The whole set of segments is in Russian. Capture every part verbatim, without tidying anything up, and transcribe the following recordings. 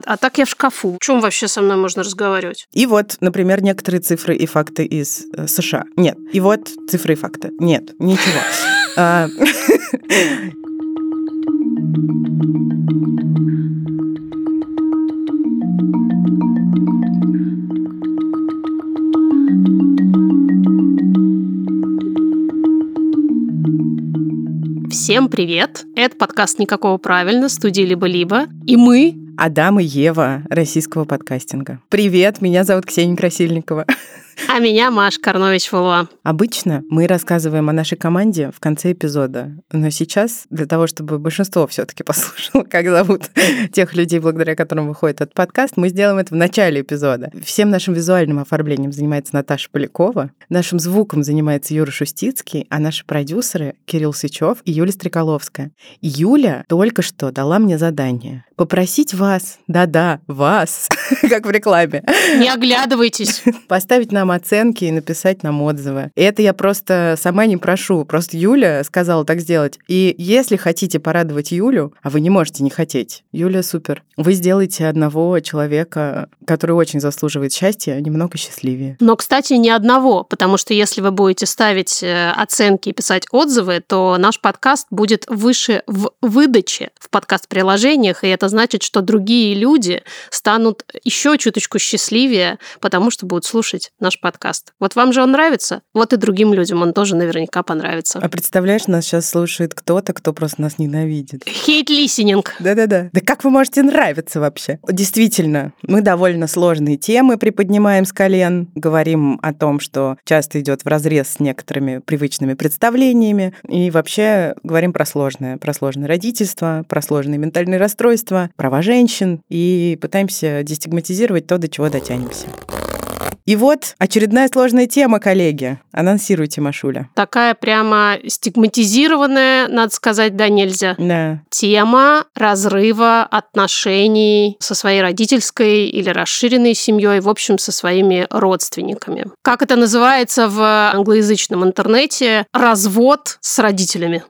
А так я в шкафу. О чем вообще со мной можно разговаривать? И вот, например, некоторые цифры и факты из э, США. Нет. И вот цифры и факты. Нет, ничего. А, Всем привет! Это подкаст «Никакого правильно», студии «Либо-либо». И мы... Адам и Ева российского подкастинга. Привет, меня зовут Ксения Красильникова. А меня Маша Карнович-Валуа. Обычно мы рассказываем о нашей команде в конце эпизода, но сейчас, для того, чтобы большинство все-таки послушало, как зовут тех людей, благодаря которым выходит этот подкаст, мы сделаем это в начале эпизода. Всем нашим визуальным оформлением занимается Наташа Полякова, нашим звуком занимается Юра Шустицкий, а наши продюсеры Кирилл Сычев и Юля Стрекаловская. И Юля только что дала мне задание попросить вас, да-да, вас, как в рекламе. Не оглядывайтесь. Поставить нам оценки и написать нам отзывы. И это я просто сама не прошу. Просто Юля сказала так сделать. И если хотите порадовать Юлю, а вы не можете не хотеть, Юля супер, вы сделаете одного человека, который очень заслуживает счастья, немного счастливее. Но, кстати, не одного, потому что если вы будете ставить оценки и писать отзывы, то наш подкаст будет выше в выдаче в подкаст-приложениях, и это значит, что другие люди станут еще чуточку счастливее, потому что будут слушать наш подкаст. Вот вам же он нравится, вот и другим людям он тоже наверняка понравится. А представляешь, нас сейчас слушает кто-то, кто просто нас ненавидит. Хейт-листенинг. Да-да-да. Да как вы можете нравиться вообще? Действительно, мы довольно сложные темы приподнимаем с колен, говорим о том, что часто идет вразрез с некоторыми привычными представлениями, и вообще говорим про сложное, про сложное родительство, про сложные ментальные расстройства, права женщин, и пытаемся дестигматизировать то, до чего дотянемся. И вот очередная сложная тема, коллеги. Анонсируйте, Машуля. Такая прямо стигматизированная, надо сказать, да нельзя. Да. Тема разрыва отношений со своей родительской или расширенной семьей, в общем, со своими родственниками. Как это называется в англоязычном интернете? Развод с родителями.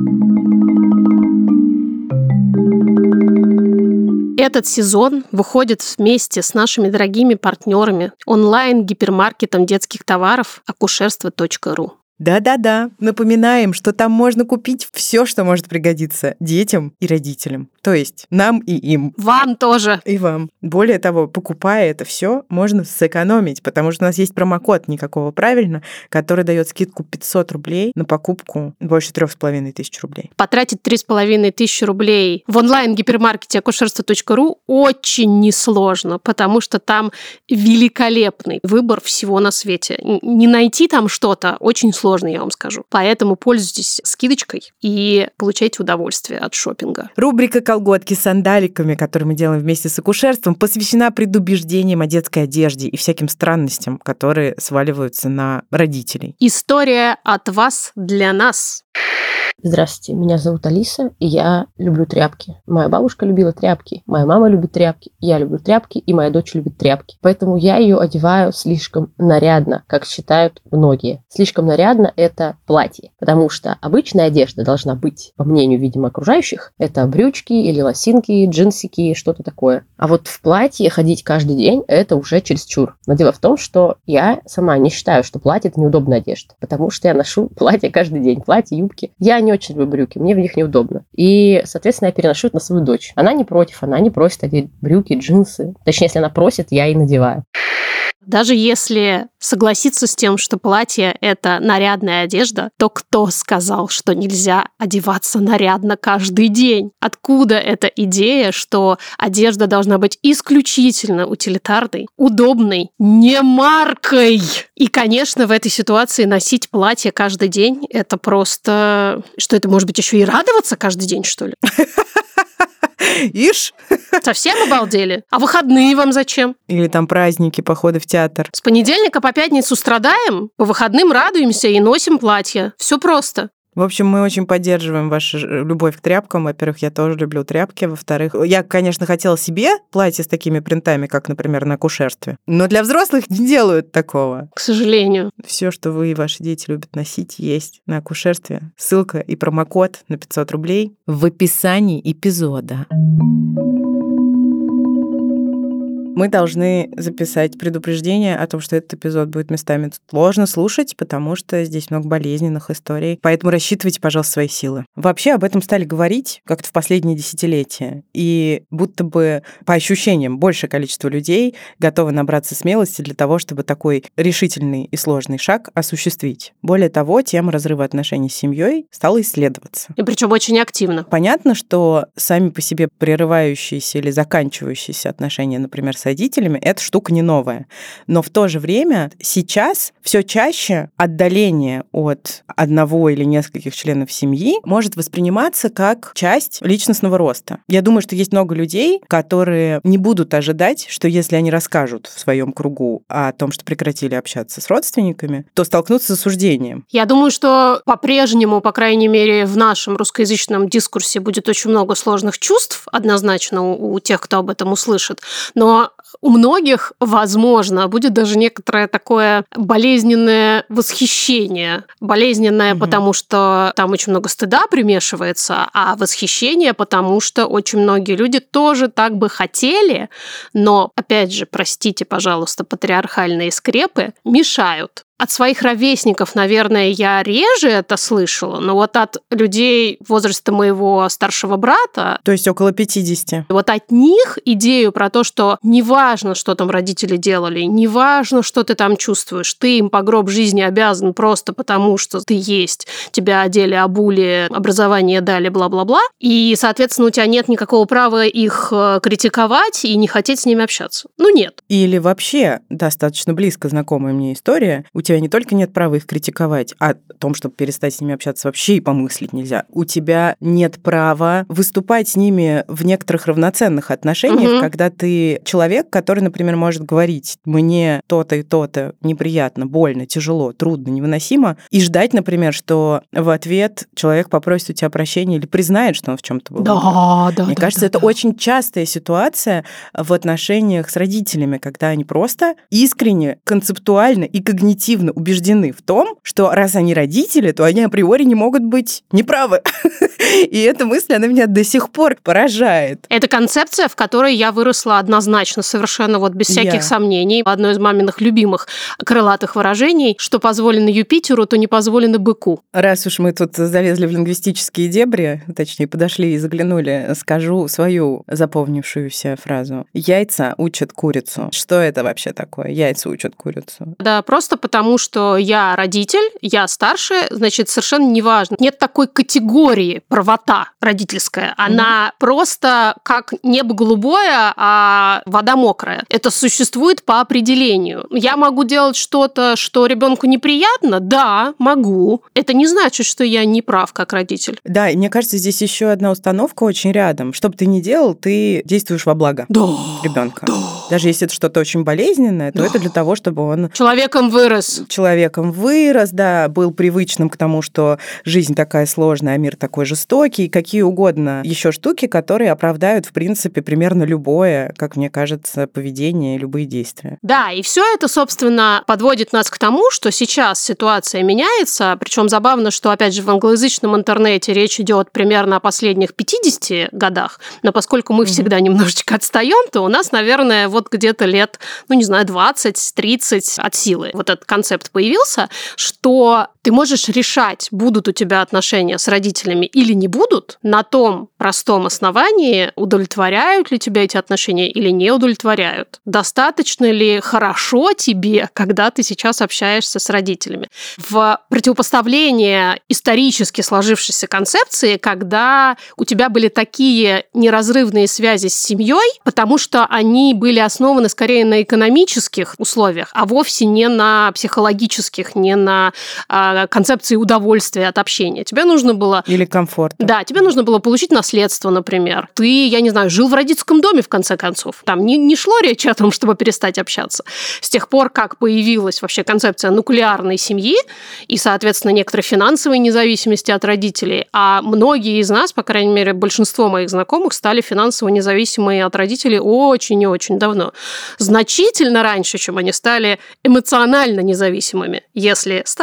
Этот сезон выходит вместе с нашими дорогими партнерами онлайн-гипермаркетом детских товаров акушерство точка ру. Да-да-да. Напоминаем, что там можно купить все, что может пригодиться детям и родителям. То есть нам и им. Вам тоже. И вам. Более того, покупая это все, можно сэкономить, потому что у нас есть промокод «Никакого правильно», который дает скидку пятьсот рублей на покупку больше трех с половиной тысяч рублей. Потратить три с половиной тысячи рублей в онлайн-гипермаркете акушерство точка ру очень несложно, потому что там великолепный выбор всего на свете. Не найти там что-то очень сложно. Сложно, я вам скажу. Поэтому пользуйтесь скидочкой и получайте удовольствие от шопинга. Рубрика «Колготки с сандаликами», которую мы делаем вместе с акушерством, посвящена предубеждениям о детской одежде и всяким странностям, которые сваливаются на родителей. История от вас для нас. Здравствуйте, меня зовут Алиса, и я люблю тряпки. Моя бабушка любила тряпки, моя мама любит тряпки, я люблю тряпки, и моя дочь любит тряпки. Поэтому я ее одеваю слишком нарядно, как считают многие. Слишком нарядно – это платье, потому что обычная одежда должна быть, по мнению, видимо, окружающих, это брючки или лосинки, джинсики, что-то такое. А вот в платье ходить каждый день – это уже чересчур. Но дело в том, что я сама не считаю, что платье – это неудобная одежда, потому что я ношу платье каждый день, платье, юбки. Я не очень люблю брюки, мне в них неудобно. И, соответственно, я переношу это на свою дочь. Она не против, она не просит одеть брюки, джинсы. Точнее, если она просит, я и надеваю. Даже если согласиться с тем, что платье – это нарядная одежда, то кто сказал, что нельзя одеваться нарядно каждый день? Откуда эта идея, что одежда должна быть исключительно утилитарной, удобной, не маркой? И, конечно, в этой ситуации носить платье каждый день – это просто… Что это, может быть, еще и радоваться каждый день, что ли? Ишь! Совсем обалдели? А выходные вам зачем? Или там праздники, походы в театр. С понедельника по пятницу страдаем, по выходным радуемся и носим платья. Все просто. В общем, мы очень поддерживаем вашу любовь к тряпкам. Во-первых, я тоже люблю тряпки. Во-вторых, я, конечно, хотела себе платье с такими принтами, как, например, на акушерстве. Но для взрослых не делают такого. К сожалению. Все, что вы и ваши дети любят носить, есть на акушерстве. Ссылка и промокод на пятьсот рублей в описании эпизода. Мы должны записать предупреждение о том, что этот эпизод будет местами сложно слушать, потому что здесь много болезненных историй. Поэтому рассчитывайте, пожалуйста, свои силы. Вообще об этом стали говорить как-то в последние десятилетия. И будто бы, по ощущениям, большее количество людей готовы набраться смелости для того, чтобы такой решительный и сложный шаг осуществить. Более того, тема разрыва отношений с семьей стала исследоваться. И причем очень активно. Понятно, что сами по себе прерывающиеся или заканчивающиеся отношения, например, с родителями, эта штука не новая. Но в то же время сейчас все чаще отдаление от одного или нескольких членов семьи может восприниматься как часть личностного роста. Я думаю, что есть много людей, которые не будут ожидать, что если они расскажут в своем кругу о том, что прекратили общаться с родственниками, то столкнутся с осуждением. Я думаю, что по-прежнему, по крайней мере, в нашем русскоязычном дискурсе будет очень много сложных чувств, однозначно у, у тех, кто об этом услышит. Но у многих, возможно, будет даже некоторое такое болезненное восхищение. Болезненное, угу. потому что там очень много стыда примешивается, а восхищение, потому что очень многие люди тоже так бы хотели, но, опять же, простите, пожалуйста, патриархальные скрепы мешают. От своих ровесников, наверное, я реже это слышала, но вот от людей возраста моего старшего брата... То есть около пятидесяти. Вот от них идею про то, что неважно, что там родители делали, неважно, что ты там чувствуешь, ты им по гроб жизни обязан просто потому, что ты есть, тебя одели, обули, образование дали, бла-бла-бла, и, соответственно, у тебя нет никакого права их критиковать и не хотеть с ними общаться. Ну, нет. Или вообще достаточно близко знакомая мне история. У тебя не только нет права их критиковать, а о том, чтобы перестать с ними общаться, вообще и помыслить нельзя. У тебя нет права выступать с ними в некоторых равноценных отношениях, угу. когда ты человек, который, например, может говорить: мне то-то и то-то неприятно, больно, тяжело, трудно, невыносимо, и ждать, например, что в ответ человек попросит у тебя прощения или признает, что он в чем-то был. Да, да, Мне да, кажется, да, это да. очень частая ситуация в отношениях с родителями, когда они просто искренне, концептуально и когнитивно убеждены в том, что раз они родители, то они априори не могут быть неправы. И эта мысль, она меня до сих пор поражает. Это концепция, в которой я выросла однозначно, совершенно вот без всяких yeah. сомнений. Одно из маминых любимых крылатых выражений: что позволено Юпитеру, то не позволено быку. Раз уж мы тут залезли в лингвистические дебри, точнее, подошли и заглянули, скажу свою запомнившуюся фразу. Яйца учат курицу. Что это вообще такое? Яйца учат курицу. Да, просто потому, что я родитель, я старше, значит, совершенно неважно. Нет такой категории правота родительская. Она mm-hmm. просто как небо голубое, а вода мокрая. Это существует по определению. Я могу делать что-то, что ребенку неприятно? Да, могу. Это не значит, что я не прав как родитель. Да, и мне кажется, здесь еще одна установка очень рядом. Что бы ты ни делал, ты действуешь во благо да, ребенка. Да. Даже если это что-то очень болезненное, то да. это для того, чтобы он... Человеком вырос. Человеком вырос, да, был привычным к тому, что жизнь такая сложная, а мир такой жестокий, какие угодно еще штуки, которые оправдают, в принципе, примерно любое, как мне кажется, поведение, любые действия. Да, и все это, собственно, подводит нас к тому, что сейчас ситуация меняется, причем забавно, что, опять же, в англоязычном интернете речь идет примерно о последних пятидесяти годах, но поскольку мы mm-hmm. всегда немножечко отстаем, то у нас, наверное, вот где-то лет, ну, не знаю, двадцать-тридцать от силы вот этот концепт появился, что ты можешь решать, будут у тебя отношения с родителями или не будут, на том простом основании, удовлетворяют ли тебя эти отношения или не удовлетворяют. Достаточно ли хорошо тебе, когда ты сейчас общаешься с родителями. В противопоставление исторически сложившейся концепции, когда у тебя были такие неразрывные связи с семьей, потому что они были основаны скорее на экономических условиях, а вовсе не на психологических, не на э, концепции удовольствия от общения. Тебе нужно было... Или комфорта. Да, тебе нужно было получить наследство, например. Ты, я не знаю, жил в родительском доме, в конце концов. Там не, не шло речи о том, чтобы перестать общаться. С тех пор, как появилась вообще концепция нуклеарной семьи и, соответственно, некоторой финансовой независимости от родителей, а многие из нас, по крайней мере, большинство моих знакомых, стали финансово независимыми от родителей очень и очень давно. Значительно раньше, чем они стали эмоционально независимыми, если стали.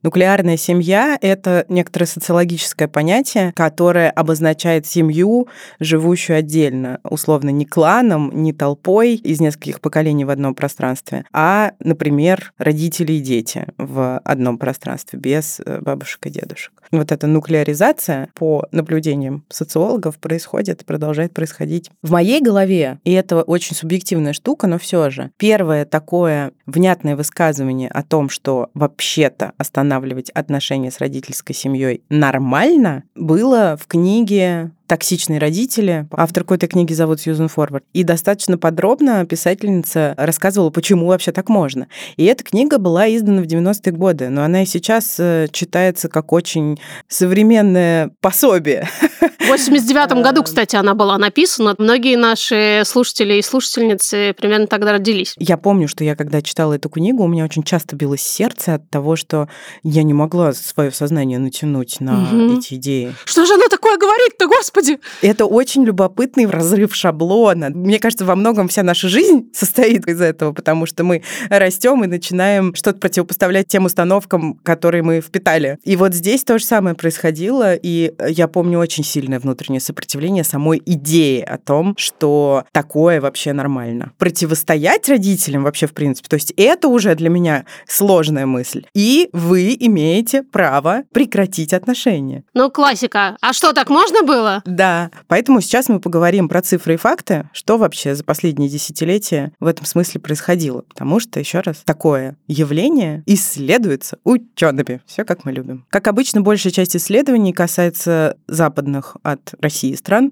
Нуклеарная семья — это некоторое социологическое понятие, которое обозначает семью, живущую отдельно, условно, не кланом, не толпой из нескольких поколений в одном пространстве, а, например, родители и дети в одном пространстве, без бабушек и дедушек. Вот эта нуклеаризация, по наблюдениям социологов, происходит, продолжает происходить в моей голове, и это очень субъективная штука, но все же. Первое такое внятное высказывание о том, что вообще-то останавливать отношения с родительской семьей нормально, было в книге «Токсичные родители». Авторку этой книги зовут Сьюзен Форвард. И достаточно подробно писательница рассказывала, почему вообще так можно. И эта книга была издана в девяностые годы, но она и сейчас читается как очень современное пособие. В восемьдесят девятом году, кстати, она была написана. Многие наши слушатели и слушательницы примерно тогда родились. Я помню, что я, когда читала эту книгу, у меня очень часто билось сердце от того, что я не могла свое сознание натянуть на угу. эти идеи. Что же она такое говорит-то, Господи? Это очень любопытный разрыв шаблона. Мне кажется, во многом вся наша жизнь состоит из этого, потому что мы растем и начинаем что-то противопоставлять тем установкам, которые мы впитали. И вот здесь то же самое происходило, и я помню очень сильное внутреннее сопротивление самой идеи о том, что такое вообще нормально. Противостоять родителям вообще в принципе, то есть это уже для меня сложная мысль. И вы имеете право прекратить отношения. Ну, классика. А что, так можно было? Да, поэтому сейчас мы поговорим про цифры и факты, что вообще за последние десятилетия в этом смысле происходило. Потому что, еще раз, такое явление исследуется учеными. Все как мы любим. Как обычно, большая часть исследований касается западных от России стран.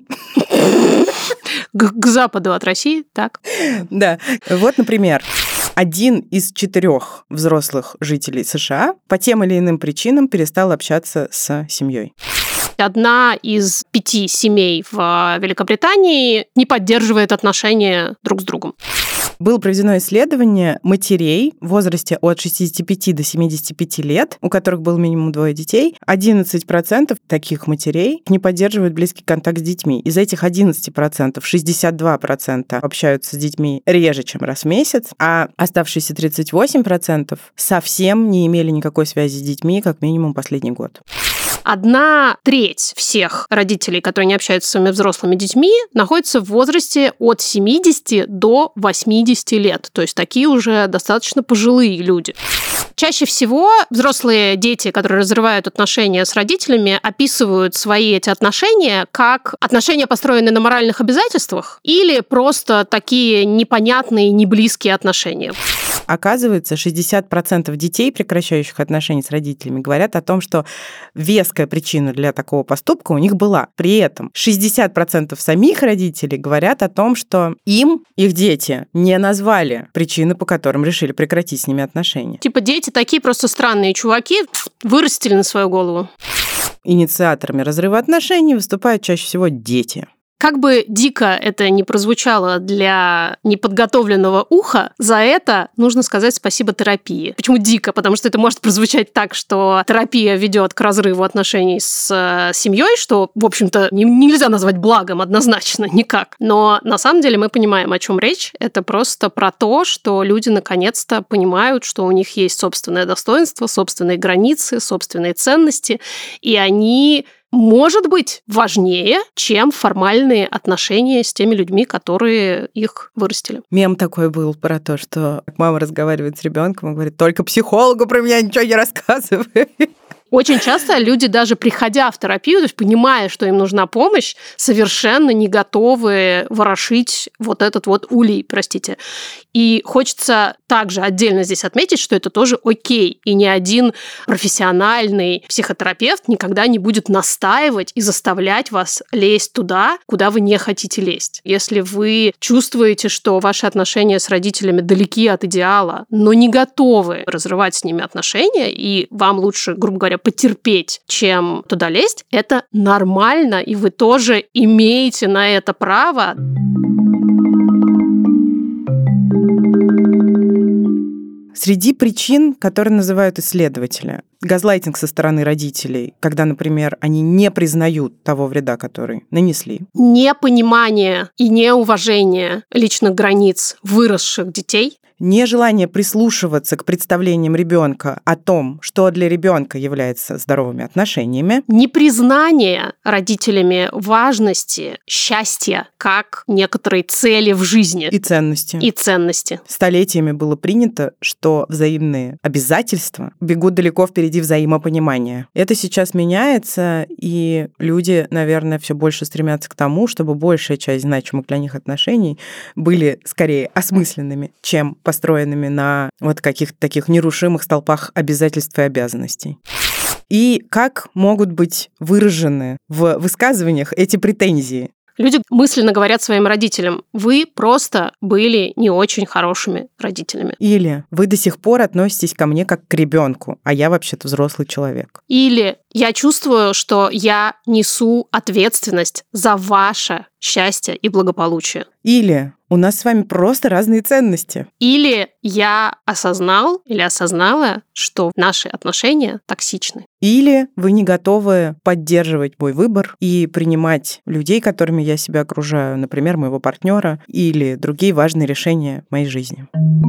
К, к западу от России, так? Да. Вот, например, один из четырех взрослых жителей США по тем или иным причинам перестал общаться с семьей. Одна из пяти семей в Великобритании не поддерживает отношения друг с другом. Было проведено исследование матерей в возрасте от шестидесяти пяти до семидесяти пяти лет, у которых было минимум двое детей. одиннадцать процентов таких матерей не поддерживают близкий контакт с детьми. Из этих одиннадцати процентов шестьдесят два процента общаются с детьми реже, чем раз в месяц, а оставшиеся тридцать восемь процентов совсем не имели никакой связи с детьми как минимум последний год. Одна треть всех родителей, которые не общаются с своими взрослыми детьми, находятся в возрасте от семидесяти до восьмидесяти лет. То есть такие уже достаточно пожилые люди. Чаще всего взрослые дети, которые разрывают отношения с родителями, описывают свои эти отношения как отношения, построенные на моральных обязательствах, или просто такие непонятные, неблизкие отношения. Оказывается, шестьдесят процентов детей, прекращающих отношения с родителями, говорят о том, что веская причина для такого поступка у них была. При этом шестьдесят процентов самих родителей говорят о том, что им их дети не назвали причины, по которым решили прекратить с ними отношения. Типа дети такие просто странные чуваки, вырастили на свою голову. Инициаторами разрыва отношений выступают чаще всего дети. Как бы дико это ни прозвучало для неподготовленного уха, за это нужно сказать спасибо терапии. Почему дико? Потому что это может прозвучать так, что терапия ведет к разрыву отношений с семьей, что, в общем-то, нельзя назвать благом однозначно, никак. Но на самом деле мы понимаем, о чем речь. Это просто про то, что люди наконец-то понимают, что у них есть собственное достоинство, собственные границы, собственные ценности, и они... может быть важнее, чем формальные отношения с теми людьми, которые их вырастили. Мем такой был про то, что мама разговаривает с ребенком и говорит: только психологу про меня ничего не рассказывай. Очень часто люди, даже приходя в терапию, то есть понимая, что им нужна помощь, совершенно не готовы ворошить вот этот вот улей, простите. И хочется также отдельно здесь отметить, что это тоже окей. И ни один профессиональный психотерапевт никогда не будет настаивать и заставлять вас лезть туда, куда вы не хотите лезть. Если вы чувствуете, что ваши отношения с родителями далеки от идеала, но не готовы разрывать с ними отношения, и вам лучше, грубо говоря, потерпеть, чем туда лезть, это нормально, и вы тоже имеете на это право. Среди причин, которые называют исследователи, газлайтинг со стороны родителей, когда, например, они не признают того вреда, который нанесли. Непонимание и неуважение личных границ выросших детей. нежелание прислушиваться к представлениям ребенка о том, что для ребенка является здоровыми отношениями. Непризнание родителями важности счастья как некоторой цели в жизни. И ценности. И ценности. Столетиями было принято, что взаимные обязательства бегут далеко впереди взаимопонимания. Это сейчас меняется, и люди, наверное, все больше стремятся к тому, чтобы большая часть значимых для них отношений были скорее осмысленными, чем построенными на вот каких-то таких нерушимых столпах обязательств и обязанностей. И как могут быть выражены в высказываниях эти претензии? Люди мысленно говорят своим родителям: вы просто были не очень хорошими родителями. Или вы до сих пор относитесь ко мне как к ребенку, а я вообще-то взрослый человек. Или я чувствую, что я несу ответственность за ваше счастье и благополучие. Или у нас с вами просто разные ценности. Или я осознал или осознала, что наши отношения токсичны. Или вы не готовы поддерживать мой выбор и принимать людей, которыми я себя окружаю, например, моего партнера, или другие важные решения в моей жизни.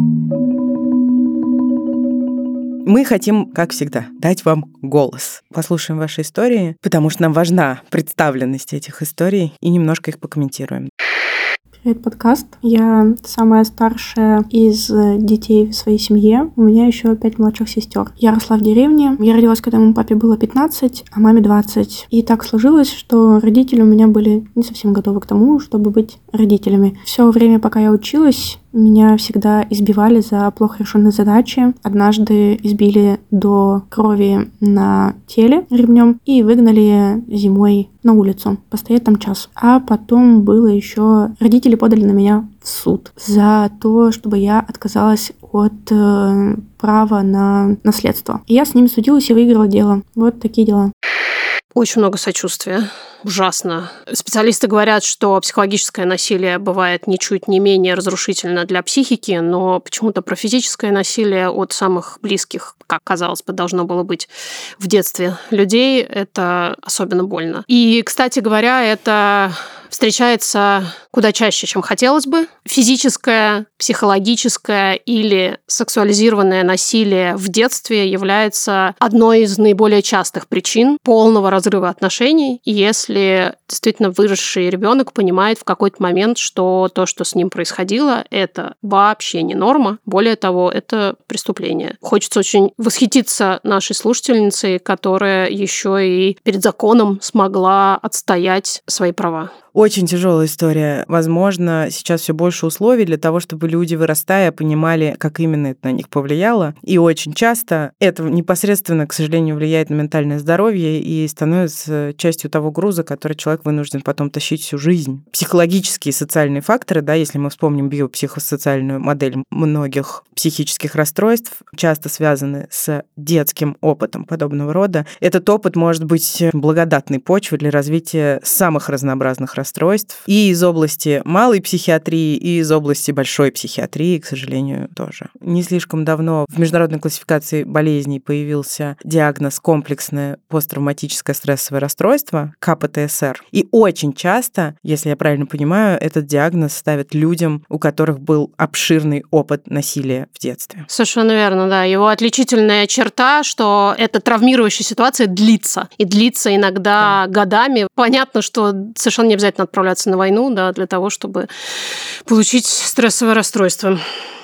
Мы хотим, как всегда, дать вам голос. Послушаем ваши истории, потому что нам важна представленность этих историй, и немножко их покомментируем. Привет, подкаст. Я самая старшая из детей в своей семье. У меня еще пять младших сестер. Я росла в деревне. Я родилась, когда моему папе было пятнадцать, а маме двадцать. И так сложилось, что родители у меня были не совсем готовы к тому, чтобы быть родителями. Все время, пока я училась, меня всегда избивали за плохо решенные задачи. Однажды избили до крови на теле ремнем и выгнали зимой на улицу, постоять там час. А потом было еще... Родители подали на меня в суд за то, чтобы я отказалась от э, права на наследство. И я с ними судилась и выиграла дело. Вот такие дела. Очень много сочувствия. Ужасно. Специалисты говорят, что психологическое насилие бывает ничуть не менее разрушительно для психики, но почему-то про физическое насилие от самых близких, как казалось бы, должно было быть в детстве людей, это особенно больно. И, кстати говоря, это встречается куда чаще, чем хотелось бы. Физическое, психологическое или сексуализированное насилие в детстве является одной из наиболее частых причин полного разрыва отношений, если действительно выросший ребенок понимает в какой-то момент, что то, что с ним происходило, это вообще не норма. Более того, это преступление. Хочется очень восхититься нашей слушательницей, которая еще и перед законом смогла отстоять свои права. Очень тяжелая история. Возможно, сейчас все больше условий для того, чтобы люди, вырастая, понимали, как именно это на них повлияло. И очень часто это непосредственно, к сожалению, влияет на ментальное здоровье и становится частью того груза, который человек вынужден потом тащить всю жизнь. Психологические и социальные факторы, да, если мы вспомним биопсихосоциальную модель многих психических расстройств, часто связаны с детским опытом подобного рода. Этот опыт может быть благодатной почвой для развития самых разнообразных расстройств. расстройств и из области малой психиатрии, и из области большой психиатрии, к сожалению, тоже. Не слишком давно в международной классификации болезней появился диагноз комплексное посттравматическое стрессовое расстройство, ка пэ тэ эс эр. И очень часто, если я правильно понимаю, этот диагноз ставят людям, у которых был обширный опыт насилия в детстве. Совершенно верно, да. Его отличительная черта, что эта травмирующая ситуация длится. И длится иногда да. годами. Понятно, что совершенно не обязательно отправляться на войну, да, для того, чтобы получить стрессовое расстройство.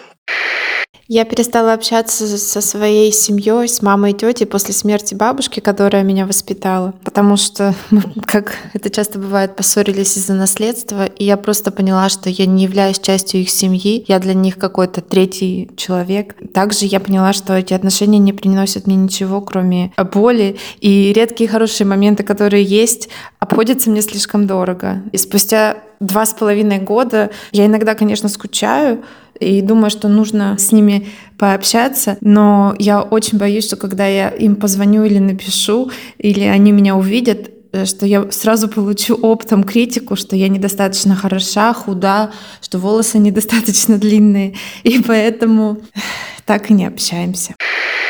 Я перестала общаться со своей семьей, с мамой и тетей после смерти бабушки, которая меня воспитала, потому что, как это часто бывает, поссорились из-за наследства, и я просто поняла, что я не являюсь частью их семьи, я для них какой-то третий человек. Также я поняла, что эти отношения не приносят мне ничего, кроме боли, и редкие хорошие моменты, которые есть, обходятся мне слишком дорого. И спустя два с половиной года я иногда, конечно, скучаю, и думаю, что нужно с ними пообщаться, но я очень боюсь, что когда я им позвоню или напишу, или они меня увидят, что я сразу получу оптом критику, что я недостаточно хороша, худа, что волосы недостаточно длинные, и поэтому так и не общаемся.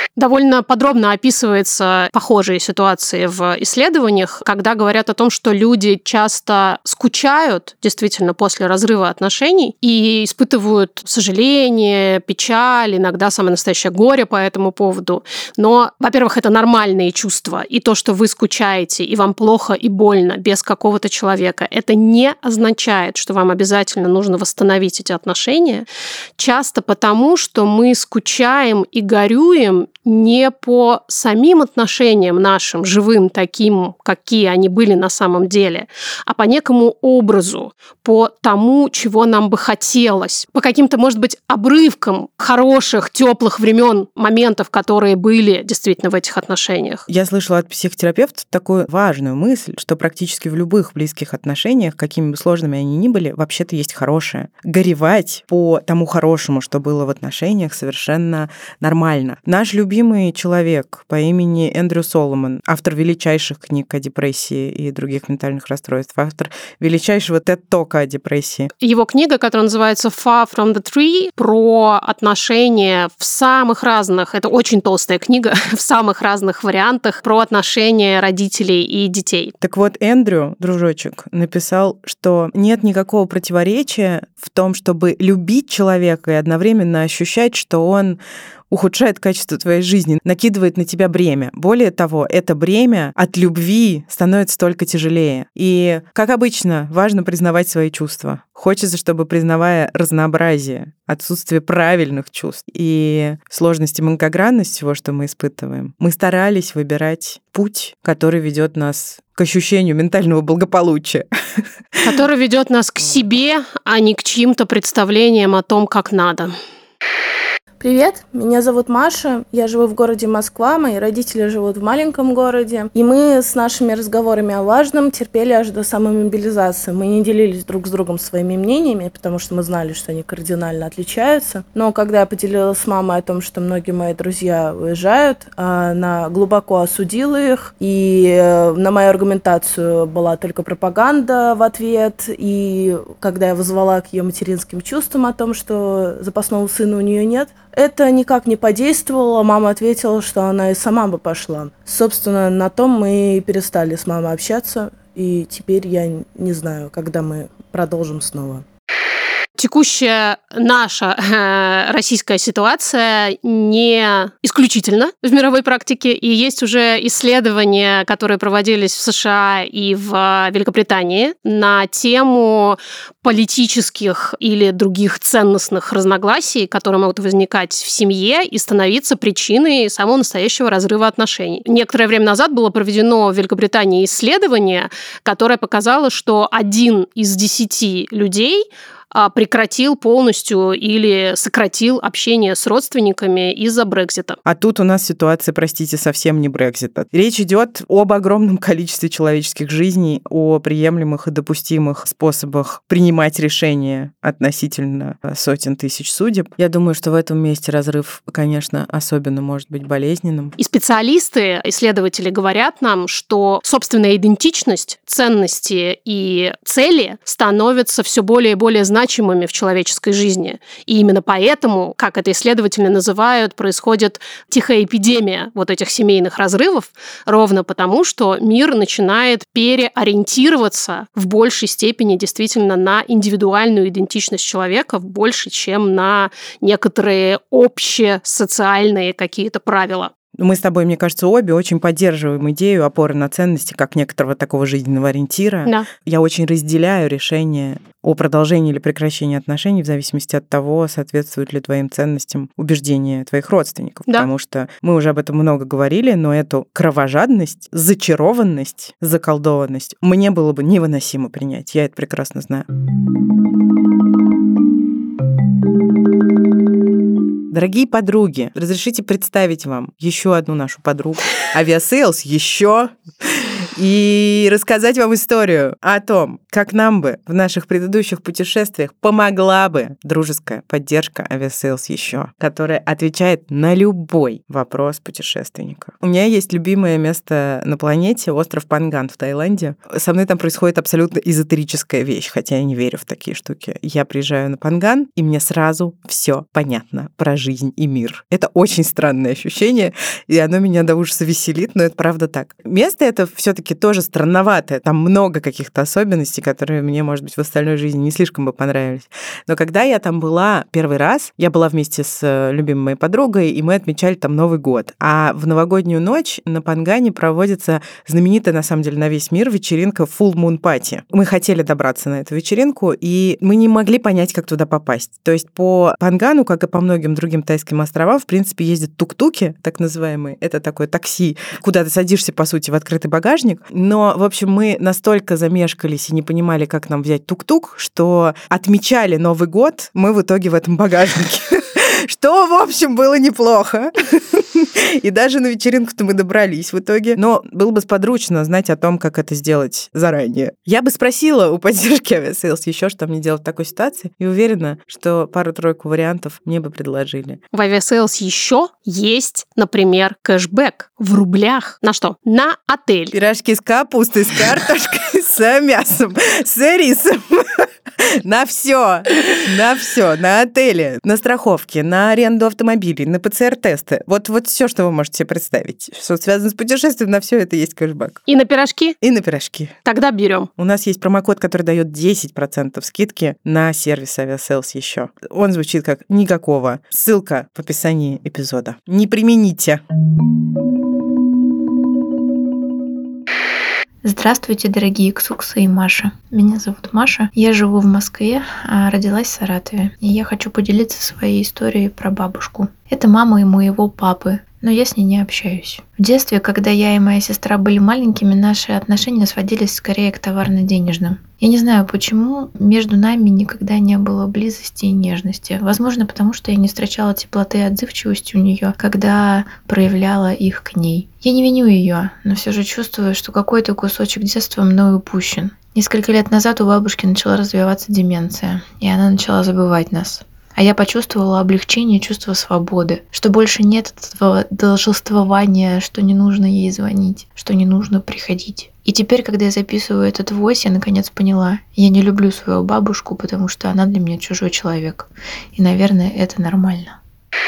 Довольно подробно описываются похожие ситуации в исследованиях, когда говорят о том, что люди часто скучают действительно после разрыва отношений и испытывают сожаление, печаль, иногда самое настоящее горе по этому поводу. Но, во-первых, это нормальные чувства, и то, что вы скучаете, и вам плохо и больно без какого-то человека, это не означает, что вам обязательно нужно восстановить эти отношения. Часто потому, что мы скучаем и горюем не по самим отношениям нашим, живым, таким, какие они были на самом деле, а по некому образу, по тому, чего нам бы хотелось, по каким-то, может быть, обрывкам хороших, теплых времен, моментов, которые были действительно в этих отношениях. Я слышала от психотерапевта такую важную мысль, что практически в любых близких отношениях, какими бы сложными они ни были, вообще-то есть хорошее. Горевать по тому хорошему, что было в отношениях, совершенно нормально. Наш любимый человек по имени Эндрю Соломон, автор величайших книг о депрессии и других ментальных расстройств, автор величайшего тед-тока о депрессии. Его книга, которая называется «Far from the Tree», про отношения в самых разных, это очень толстая книга, в самых разных вариантах, про отношения родителей и детей. Так вот, Эндрю, дружочек, написал, что нет никакого противоречия в том, чтобы любить человека и одновременно ощущать, что он ухудшает качество твоей жизни, накидывает на тебя бремя. Более того, это бремя от любви становится только тяжелее. И, как обычно, важно признавать свои чувства. Хочется, чтобы, признавая разнообразие, отсутствие правильных чувств и сложность и многогранность всего, что мы испытываем, мы старались выбирать путь, который ведет нас к ощущению ментального благополучия. Который ведет нас к себе, а не к чьим-то представлениям о том, как надо. Привет, меня зовут Маша, я живу в городе Москва, мои родители живут в маленьком городе, и мы с нашими разговорами о важном терпели аж до самой мобилизации. Мы не делились друг с другом своими мнениями, потому что мы знали, что они кардинально отличаются. Но когда я поделилась с мамой о том, что многие мои друзья уезжают, она глубоко осудила их, и на мою аргументацию была только пропаганда в ответ. И когда я вызвала к ее материнским чувствам о том, что запасного сына у нее нет, это никак не подействовало. Мама ответила, что она и сама бы пошла. Собственно, на том мы и перестали с мамой общаться. И теперь я не знаю, когда мы продолжим снова. Текущая наша э, российская ситуация не исключительно в мировой практике, и есть уже исследования, которые проводились в США и в Великобритании на тему политических или других ценностных разногласий, которые могут возникать в семье и становиться причиной самого настоящего разрыва отношений. Некоторое время назад было проведено в Великобритании исследование, которое показало, что один из десяти людей прекратил полностью или сократил общение с родственниками из-за Брексита. А тут у нас ситуация, простите, совсем не Брексита. Речь идет об огромном количестве человеческих жизней, о приемлемых и допустимых способах принимать решения относительно сотен тысяч судеб. Я думаю, что в этом месте разрыв, конечно, особенно может быть болезненным. И специалисты, исследователи говорят нам, что собственная идентичность, ценности и цели становятся все более и более значимыми значимыми в человеческой жизни. И именно поэтому, как это исследователи называют, происходит тихая эпидемия вот этих семейных разрывов, ровно потому, что мир начинает переориентироваться в большей степени действительно на индивидуальную идентичность человека, больше, чем на некоторые общесоциальные какие-то правила. Мы с тобой, мне кажется, обе очень поддерживаем идею опоры на ценности как некоторого такого жизненного ориентира. Да. Я очень разделяю решение о продолжении или прекращении отношений в зависимости от того, соответствует ли твоим ценностям убеждения твоих родственников. Да. Потому что мы уже об этом много говорили, но эту кровожадность, зачарованность, заколдованность мне было бы невыносимо принять. Я это прекрасно знаю. Дорогие подруги, разрешите представить вам еще одну нашу подругу. Авиасейлс еще и рассказать вам историю о том, как нам бы в наших предыдущих путешествиях помогла бы дружеская поддержка Aviasales еще, которая отвечает на любой вопрос путешественника. У меня есть любимое место на планете, остров Панган в Таиланде. Со мной там происходит абсолютно эзотерическая вещь, хотя я не верю в такие штуки. Я приезжаю на Панган, и мне сразу все понятно про жизнь и мир. Это очень странное ощущение, и оно меня до ужаса веселит, но это правда так. Место это все-таки тоже странноватое. Там много каких-то особенностей, которые мне, может быть, в остальной жизни не слишком бы понравились. Но когда я там была первый раз, я была вместе с любимой моей подругой, и мы отмечали там Новый год. А в новогоднюю ночь на Пангане проводится знаменитая, на самом деле, на весь мир вечеринка Full Moon Party. Мы хотели добраться на эту вечеринку, и мы не могли понять, как туда попасть. То есть по Пангану, как и по многим другим тайским островам, в принципе, ездят тук-туки, так называемые. Это такое такси, куда ты садишься, по сути, в открытый багажник. Но, в общем, мы настолько замешкались и не понимали, как нам взять тук-тук, что отмечали Новый год мы в итоге в этом багажнике. Что, в общем, было неплохо. И даже на вечеринку-то мы добрались в итоге. Но было бы сподручно знать о том, как это сделать заранее. Я бы спросила у поддержки Aviasales еще, что мне делать в такой ситуации, и уверена, что пару-тройку вариантов мне бы предложили. В Aviasales еще есть, например, кэшбэк в рублях. На что? На отель. Пирожки с капустой, с картошкой, с мясом, с рисом. На все, на все, на отели, на страховки, на аренду автомобилей, на ПЦР-тесты. Вот, вот все, что вы можете себе представить, что связано с путешествием, на все это есть кэшбэк. И на пирожки? И на пирожки. Тогда берем. У нас есть промокод, который дает десять процентов скидки на сервис Aviasales еще. Он звучит как «никакого». Ссылка в описании эпизода. Не примените. Здравствуйте, дорогие Ксукса и Маша. Меня зовут Маша. Я живу в Москве, а родилась в Саратове. И я хочу поделиться своей историей про бабушку. Это мама и моего папы, но я с ней не общаюсь. В детстве, когда я и моя сестра были маленькими, наши отношения сводились скорее к товарно-денежным. Я не знаю, почему между нами никогда не было близости и нежности. Возможно, потому что я не встречала теплоты и отзывчивости у нее, когда проявляла их к ней. Я не виню ее, но все же чувствую, что какой-то кусочек детства мной упущен. Несколько лет назад у бабушки начала развиваться деменция, и она начала забывать нас. А я почувствовала облегчение и чувство свободы, что больше нет этого должествования, что не нужно ей звонить, что не нужно приходить. И теперь, когда я записываю этот войс, я наконец поняла, я не люблю свою бабушку, потому что она для меня чужой человек. И, наверное, это нормально.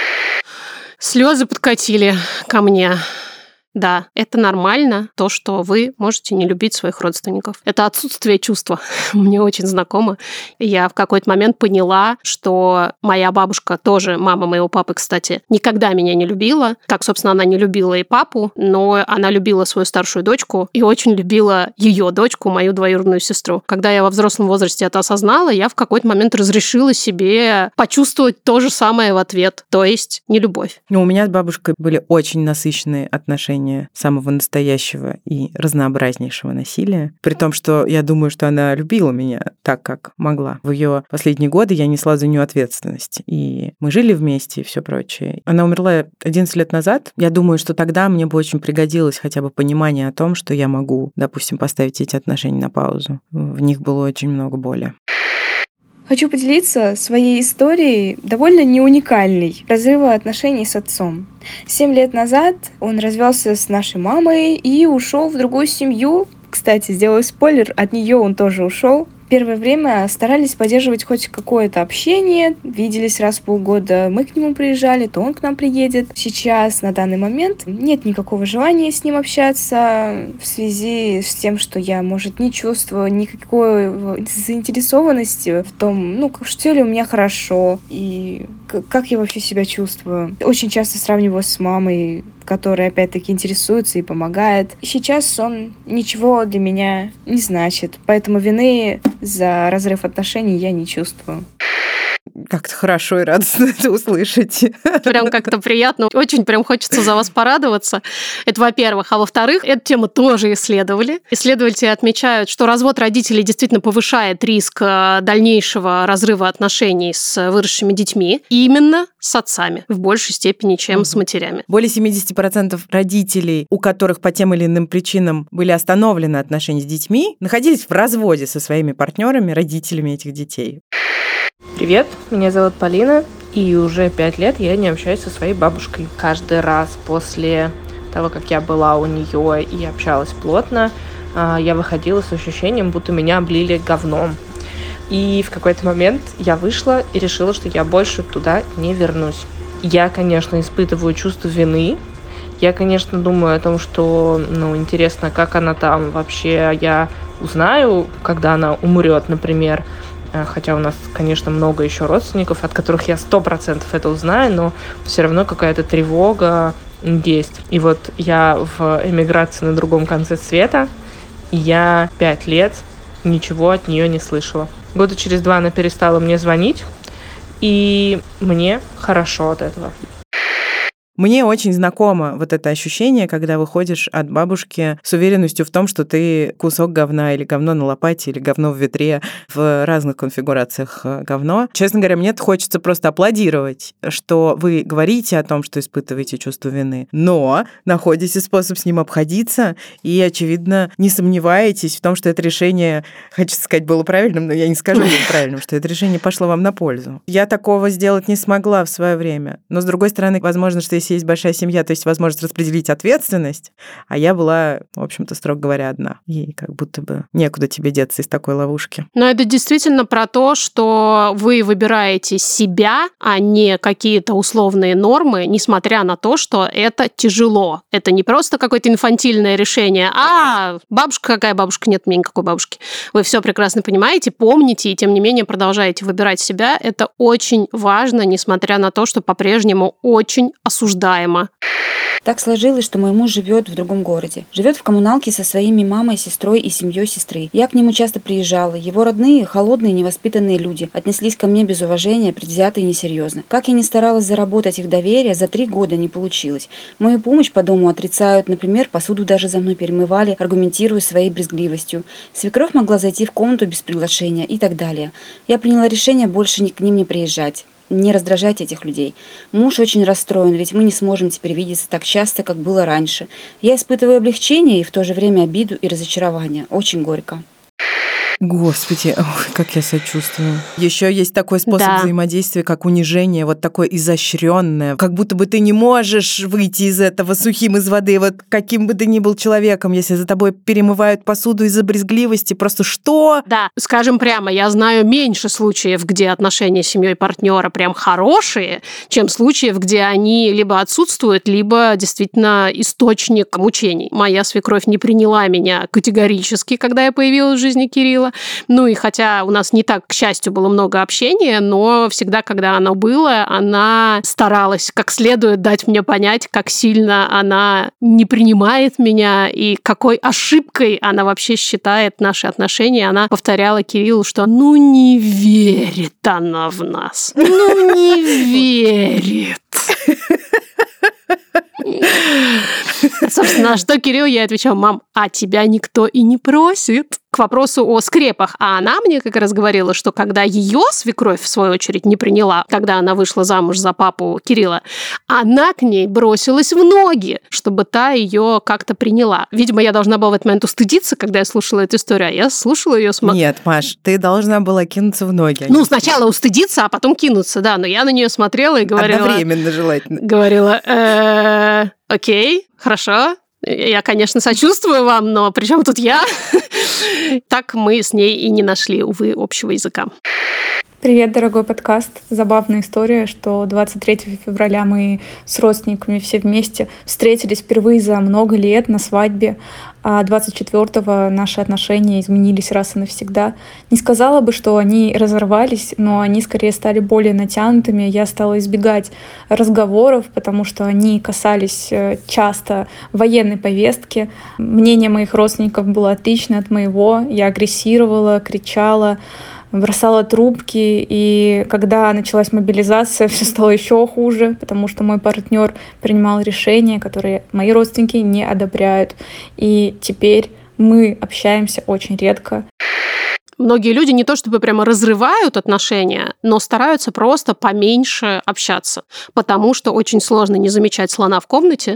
Слезы подкатили ко мне. Да, это нормально, то, что вы можете не любить своих родственников. Это отсутствие чувства. Мне очень знакомо. Я в какой-то момент поняла, что моя бабушка тоже, мама моего папы, кстати, никогда меня не любила. Как, собственно, она не любила и папу, но она любила свою старшую дочку и очень любила ее дочку, мою двоюродную сестру. Когда я во взрослом возрасте это осознала, я в какой-то момент разрешила себе почувствовать то же самое в ответ, то есть нелюбовь. У меня с бабушкой были очень насыщенные отношения самого настоящего и разнообразнейшего насилия. При том, что я думаю, что она любила меня так, как могла. В ее последние годы я несла за нее ответственность. И мы жили вместе и все прочее. Она умерла одиннадцать лет назад. Я думаю, что тогда мне бы очень пригодилось хотя бы понимание о том, что я могу, допустим, поставить эти отношения на паузу. В них было очень много боли. Хочу поделиться своей историей, довольно не уникальной, разрыва отношений с отцом. Семь лет назад он развелся с нашей мамой и ушел в другую семью. Кстати, сделаю спойлер, от нее он тоже ушел. Первое время старались поддерживать хоть какое-то общение, виделись раз в полгода, мы к нему приезжали, то он к нам приедет. Сейчас, на данный момент, нет никакого желания с ним общаться в связи с тем, что я, может, не чувствую никакой заинтересованности в том, ну, что ли у меня хорошо и как я вообще себя чувствую. Очень часто сравниваю с мамой, которая, опять-таки, интересуется и помогает. И сейчас он ничего для меня не значит, поэтому вины за разрыв отношений я не чувствую. как-то хорошо и радостно это услышать. Прям как-то приятно. Очень прям хочется за вас порадоваться. Это во-первых. А во-вторых, эту тему тоже исследовали. Исследователи отмечают, что развод родителей действительно повышает риск дальнейшего разрыва отношений с выросшими детьми. Именно с отцами. В большей степени, чем угу. с матерями. Более семьдесят процентов родителей, у которых по тем или иным причинам были остановлены отношения с детьми, находились в разводе со своими партнерами, родителями этих детей. Привет, меня зовут Полина, и уже пять лет я не общаюсь со своей бабушкой. Каждый раз после того, как я была у нее и общалась плотно, я выходила с ощущением, будто меня облили говном. И в какой-то момент я вышла и решила, что я больше туда не вернусь. Я, конечно, испытываю чувство вины. Я, конечно, думаю о том, что, ну, интересно, как она там вообще, я узнаю, когда она умрет, например. Хотя у нас, конечно, много еще родственников, от которых я сто процентов это узнаю, но все равно какая-то тревога есть. И вот я в эмиграции на другом конце света, и я пять лет ничего от нее не слышала. Года через два она перестала мне звонить, и мне хорошо от этого. Мне очень знакомо вот это ощущение, когда выходишь от бабушки с уверенностью в том, что ты кусок говна или говно на лопате, или говно в ведре, в разных конфигурациях говно. Честно говоря, мне хочется просто аплодировать, что вы говорите о том, что испытываете чувство вины, но находите способ с ним обходиться и, очевидно, не сомневаетесь в том, что это решение, хочу сказать, было правильным, но я не скажу, было правильным, что это решение пошло вам на пользу. Я такого сделать не смогла в свое время, но, с другой стороны, возможно, что если есть большая семья, то есть возможность распределить ответственность, а я была, в общем-то, строго говоря, одна. И как будто бы некуда тебе деться из такой ловушки. Но это действительно про то, что вы выбираете себя, а не какие-то условные нормы, несмотря на то, что это тяжело. Это не просто какое-то инфантильное решение. А, бабушка какая бабушка? Нет у меня никакой бабушки. Вы все прекрасно понимаете, помните, и тем не менее продолжаете выбирать себя. Это очень важно, несмотря на то, что по-прежнему очень осуждаемо. Так сложилось, что мой муж живет в другом городе. Живет в коммуналке со своими мамой, сестрой и семьей сестры. Я к нему часто приезжала. Его родные, холодные, невоспитанные люди отнеслись ко мне без уважения, предвзято и несерьезно. Как я ни старалась заработать их доверие, за три года не получилось. Мою помощь по дому отрицают, например, посуду даже за мной перемывали, аргументируя своей брезгливостью. Свекровь могла зайти в комнату без приглашения и так далее. Я приняла решение больше к ним не приезжать. Не раздражать этих людей. Муж очень расстроен, ведь мы не сможем теперь видеться так часто, как было раньше. Я испытываю облегчение и в то же время обиду и разочарование. Очень горько. Господи, ох, как я сочувствую. Еще есть такой способ да. взаимодействия, как унижение, вот такое изощренное. Как будто бы ты не можешь выйти из этого сухим из воды, вот каким бы ты ни был человеком, если за тобой перемывают посуду из-за брезгливости. Просто что? Да, скажем прямо, я знаю меньше случаев, где отношения с семьей партнера прям хорошие, чем случаев, где они либо отсутствуют, либо действительно источник мучений. Моя свекровь не приняла меня категорически, когда я появилась в жизни Кирилла. Ну и хотя у нас не так, к счастью, было много общения, но всегда, когда оно было, она старалась как следует дать мне понять, как сильно она не принимает меня и какой ошибкой она вообще считает наши отношения. Она повторяла Кириллу, что ну не верит она в нас, ну не верит. Собственно, что Кирилл, я отвечала: мам, а тебя никто и не просит. К вопросу о скрепах. А она мне как раз говорила, что когда ее свекровь, в свою очередь, не приняла, когда она вышла замуж за папу Кирилла, она к ней бросилась в ноги, чтобы та ее как-то приняла. Видимо, я должна была в этот момент устыдиться, когда я слушала эту историю, а я слушала ее с... Нет, Маш, ты должна была кинуться в ноги. Ну, сначала устыдиться, а потом кинуться, да. Но я на нее смотрела и говорила... Одновременно желательно. Говорила, э, окей, хорошо. Я, конечно, сочувствую вам, но при чем тут я? Так мы с ней и не нашли, увы, общего языка. Привет, дорогой подкаст. Забавная история, что двадцать третьего февраля мы с родственниками все вместе встретились впервые за много лет на свадьбе, а двадцать четвёртого наши отношения изменились раз и навсегда. Не сказала бы, что они разорвались, но они скорее стали более натянутыми. Я стала избегать разговоров, потому что они касались часто военной повестки. Мнение моих родственников было отличное от моего. Я агрессировала, кричала, бросала трубки, и когда началась мобилизация, все стало еще хуже, потому что мой партнер принимал решения, которые мои родственники не одобряют. И теперь мы общаемся очень редко. Многие люди не то чтобы прямо разрывают отношения, но стараются просто поменьше общаться, потому что очень сложно не замечать слона в комнате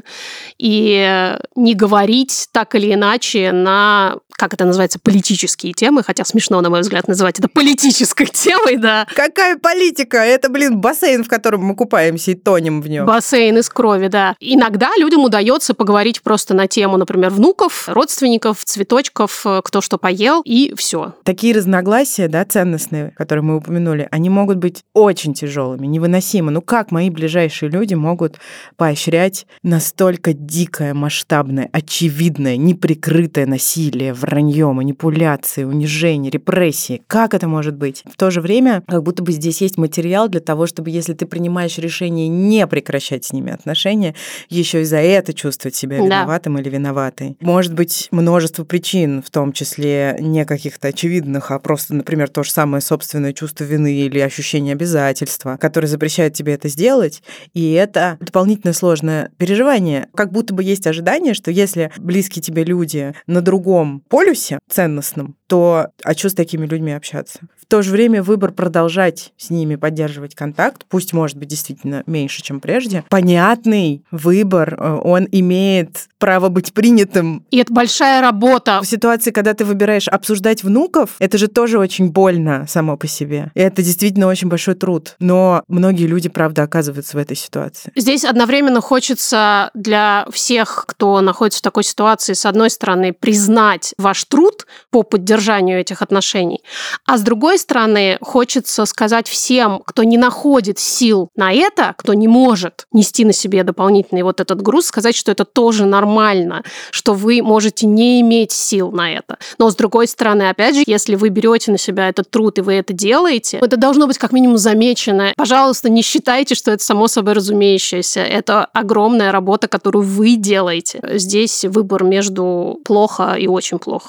и не говорить так или иначе на, как это называется, политические темы, хотя смешно, на мой взгляд, называть это политической темой, да. Какая политика? Это, блин, бассейн, в котором мы купаемся и тонем в нем. Бассейн из крови, да. Иногда людям удается поговорить просто на тему, например, внуков, родственников, цветочков, кто что поел, и все. Такие разногласия, да, ценностные, которые мы упомянули, они могут быть очень тяжелыми, невыносимы. Ну как мои ближайшие люди могут поощрять настолько дикое, масштабное, очевидное, неприкрытое насилие, вранье, манипуляции, унижение, репрессии? Как это может быть? В то же время, как будто бы здесь есть материал для того, чтобы, если ты принимаешь решение не прекращать с ними отношения, еще и за это чувствовать себя виноватым, да, или виноватой. Может быть, множество причин, в том числе не каких-то очевидных, а просто, например, то же самое собственное чувство вины или ощущение обязательства, которое запрещает тебе это сделать, и это дополнительно сложное переживание. Как будто бы есть ожидание, что если близкие тебе люди на другом полюсе ценностном, то а что с такими людьми общаться? В то же время выбор продолжать с ними поддерживать контакт, пусть, может быть, действительно меньше, чем прежде, понятный выбор, он имеет право быть принятым. И это большая работа. В ситуации, когда ты выбираешь обсуждать внуков, это же тоже очень больно само по себе. И это действительно очень большой труд. Но многие люди, правда, оказываются в этой ситуации. Здесь одновременно хочется для всех, кто находится в такой ситуации, с одной стороны, признать ваш труд по поддержанию этих отношений, а с другой стороны, хочется сказать всем, кто не находит сил на это, кто не может нести на себе дополнительный вот этот груз, сказать, что это тоже нормально, что вы можете не иметь сил на это. Но с другой стороны, опять же, если вы берете на себя этот труд и вы это делаете, это должно быть как минимум замечено. Пожалуйста, не считайте, что это само собой разумеющееся. Это огромная работа, которую вы делаете. Здесь выбор между плохо и очень плохо.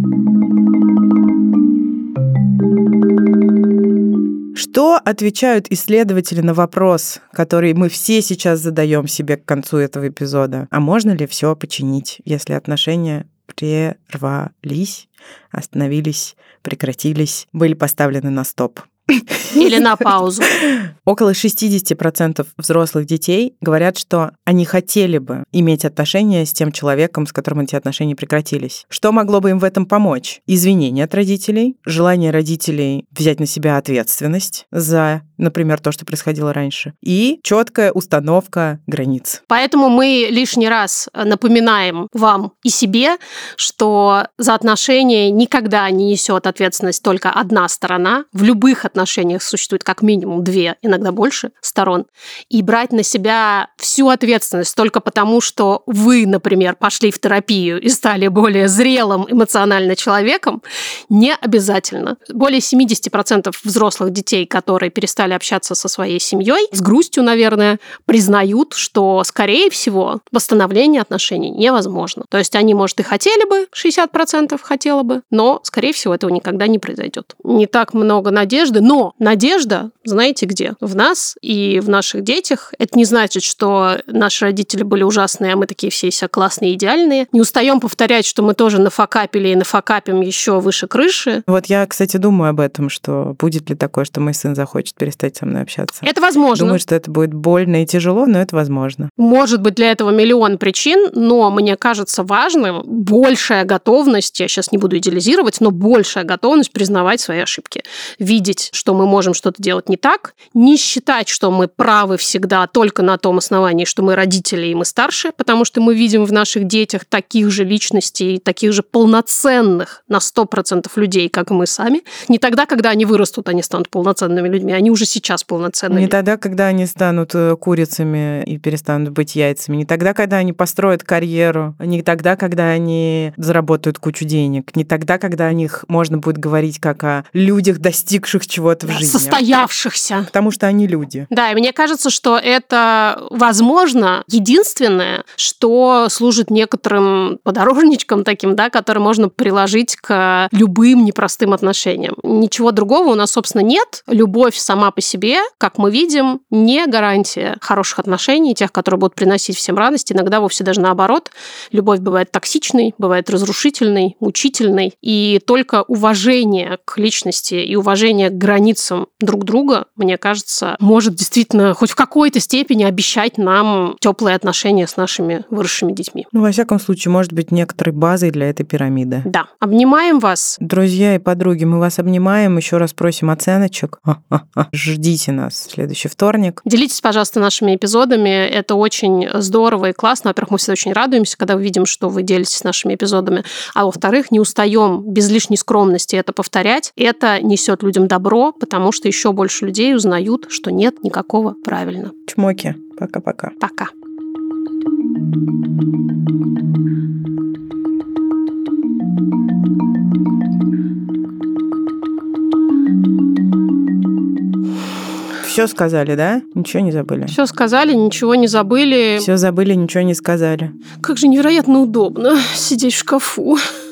Что отвечают исследователи на вопрос, который мы все сейчас задаем себе к концу этого эпизода? А можно ли все починить, если отношения прервались, остановились, прекратились, были поставлены на стоп? Или на паузу. Около шестьдесят процентов взрослых детей говорят, что они хотели бы иметь отношения с тем человеком, с которым эти отношения прекратились. Что могло бы им в этом помочь? Извинения от родителей, желание родителей взять на себя ответственность за, например, то, что происходило раньше, и четкая установка границ. Поэтому мы лишний раз напоминаем вам и себе, что за отношения никогда не несет ответственность только одна сторона. В любых отношениях существует как минимум две, иногда больше сторон. И брать на себя всю ответственность только потому, что вы, например, пошли в терапию и стали более зрелым эмоционально человеком, не обязательно. Более семьдесят процентов взрослых детей, которые перестали общаться со своей семьей, с грустью, наверное, признают, что, скорее всего, восстановление отношений невозможно. То есть они, может, и хотели бы, шестьдесят процентов хотело бы, но, скорее всего, этого никогда не произойдет. Не так много надежды, но надежда, знаете где? В нас и в наших детях. Это не значит, что наши родители были ужасные, а мы такие все все классные, идеальные. Не устаем повторять, что мы тоже нафакапили и нафакапим еще выше крыши. Вот я, кстати, думаю об этом, что будет ли такое, что мой сын захочет перестать со мной общаться. Это возможно. Думаю, что это будет больно и тяжело, но это возможно. Может быть, для этого миллион причин, но мне кажется важным большая готовность, я сейчас не буду идеализировать, но большая готовность признавать свои ошибки. Видеть, что мы можем что-то делать не так, не считать, что мы правы всегда только на том основании, что мы родители и мы старше, потому что мы видим в наших детях таких же личностей, таких же полноценных на сто процентов людей, как и мы сами. Не тогда, когда они вырастут, они станут полноценными людьми, они уже сейчас полноценными. Не тогда, когда они станут курицами и перестанут быть яйцами, не тогда, когда они построят карьеру, не тогда, когда они заработают кучу денег, не тогда, когда о них можно будет говорить как о людях, достигших чего чего-то да, в жизни. Состоявшихся. Потому что они люди. Да, и мне кажется, что это, возможно, единственное, что служит некоторым подорожничком таким, да, который можно приложить к любым непростым отношениям. Ничего другого у нас, собственно, нет. Любовь сама по себе, как мы видим, не гарантия хороших отношений, тех, которые будут приносить всем радость. Иногда вовсе даже наоборот. Любовь бывает токсичной, бывает разрушительной, мучительной. И только уважение к личности и уважение к границам друг друга, мне кажется, может действительно хоть в какой-то степени обещать нам теплые отношения с нашими выросшими детьми. Ну, во всяком случае, может быть, некоторой базой для этой пирамиды. Да. Обнимаем вас. Друзья и подруги, мы вас обнимаем. Еще раз просим оценочек. Ждите нас в следующий вторник. Делитесь, пожалуйста, нашими эпизодами. Это очень здорово и классно. Во-первых, мы всегда очень радуемся, когда мы видим, что вы делитесь нашими эпизодами. А во-вторых, не устаем без лишней скромности это повторять. Это несет людям добро, потому что еще больше людей узнают, что нет никакого правильно. Чмоки. Пока-пока. Пока. Все сказали, да? Ничего не забыли? Все сказали, ничего не забыли. Все забыли, ничего не сказали. Как же невероятно удобно сидеть в шкафу.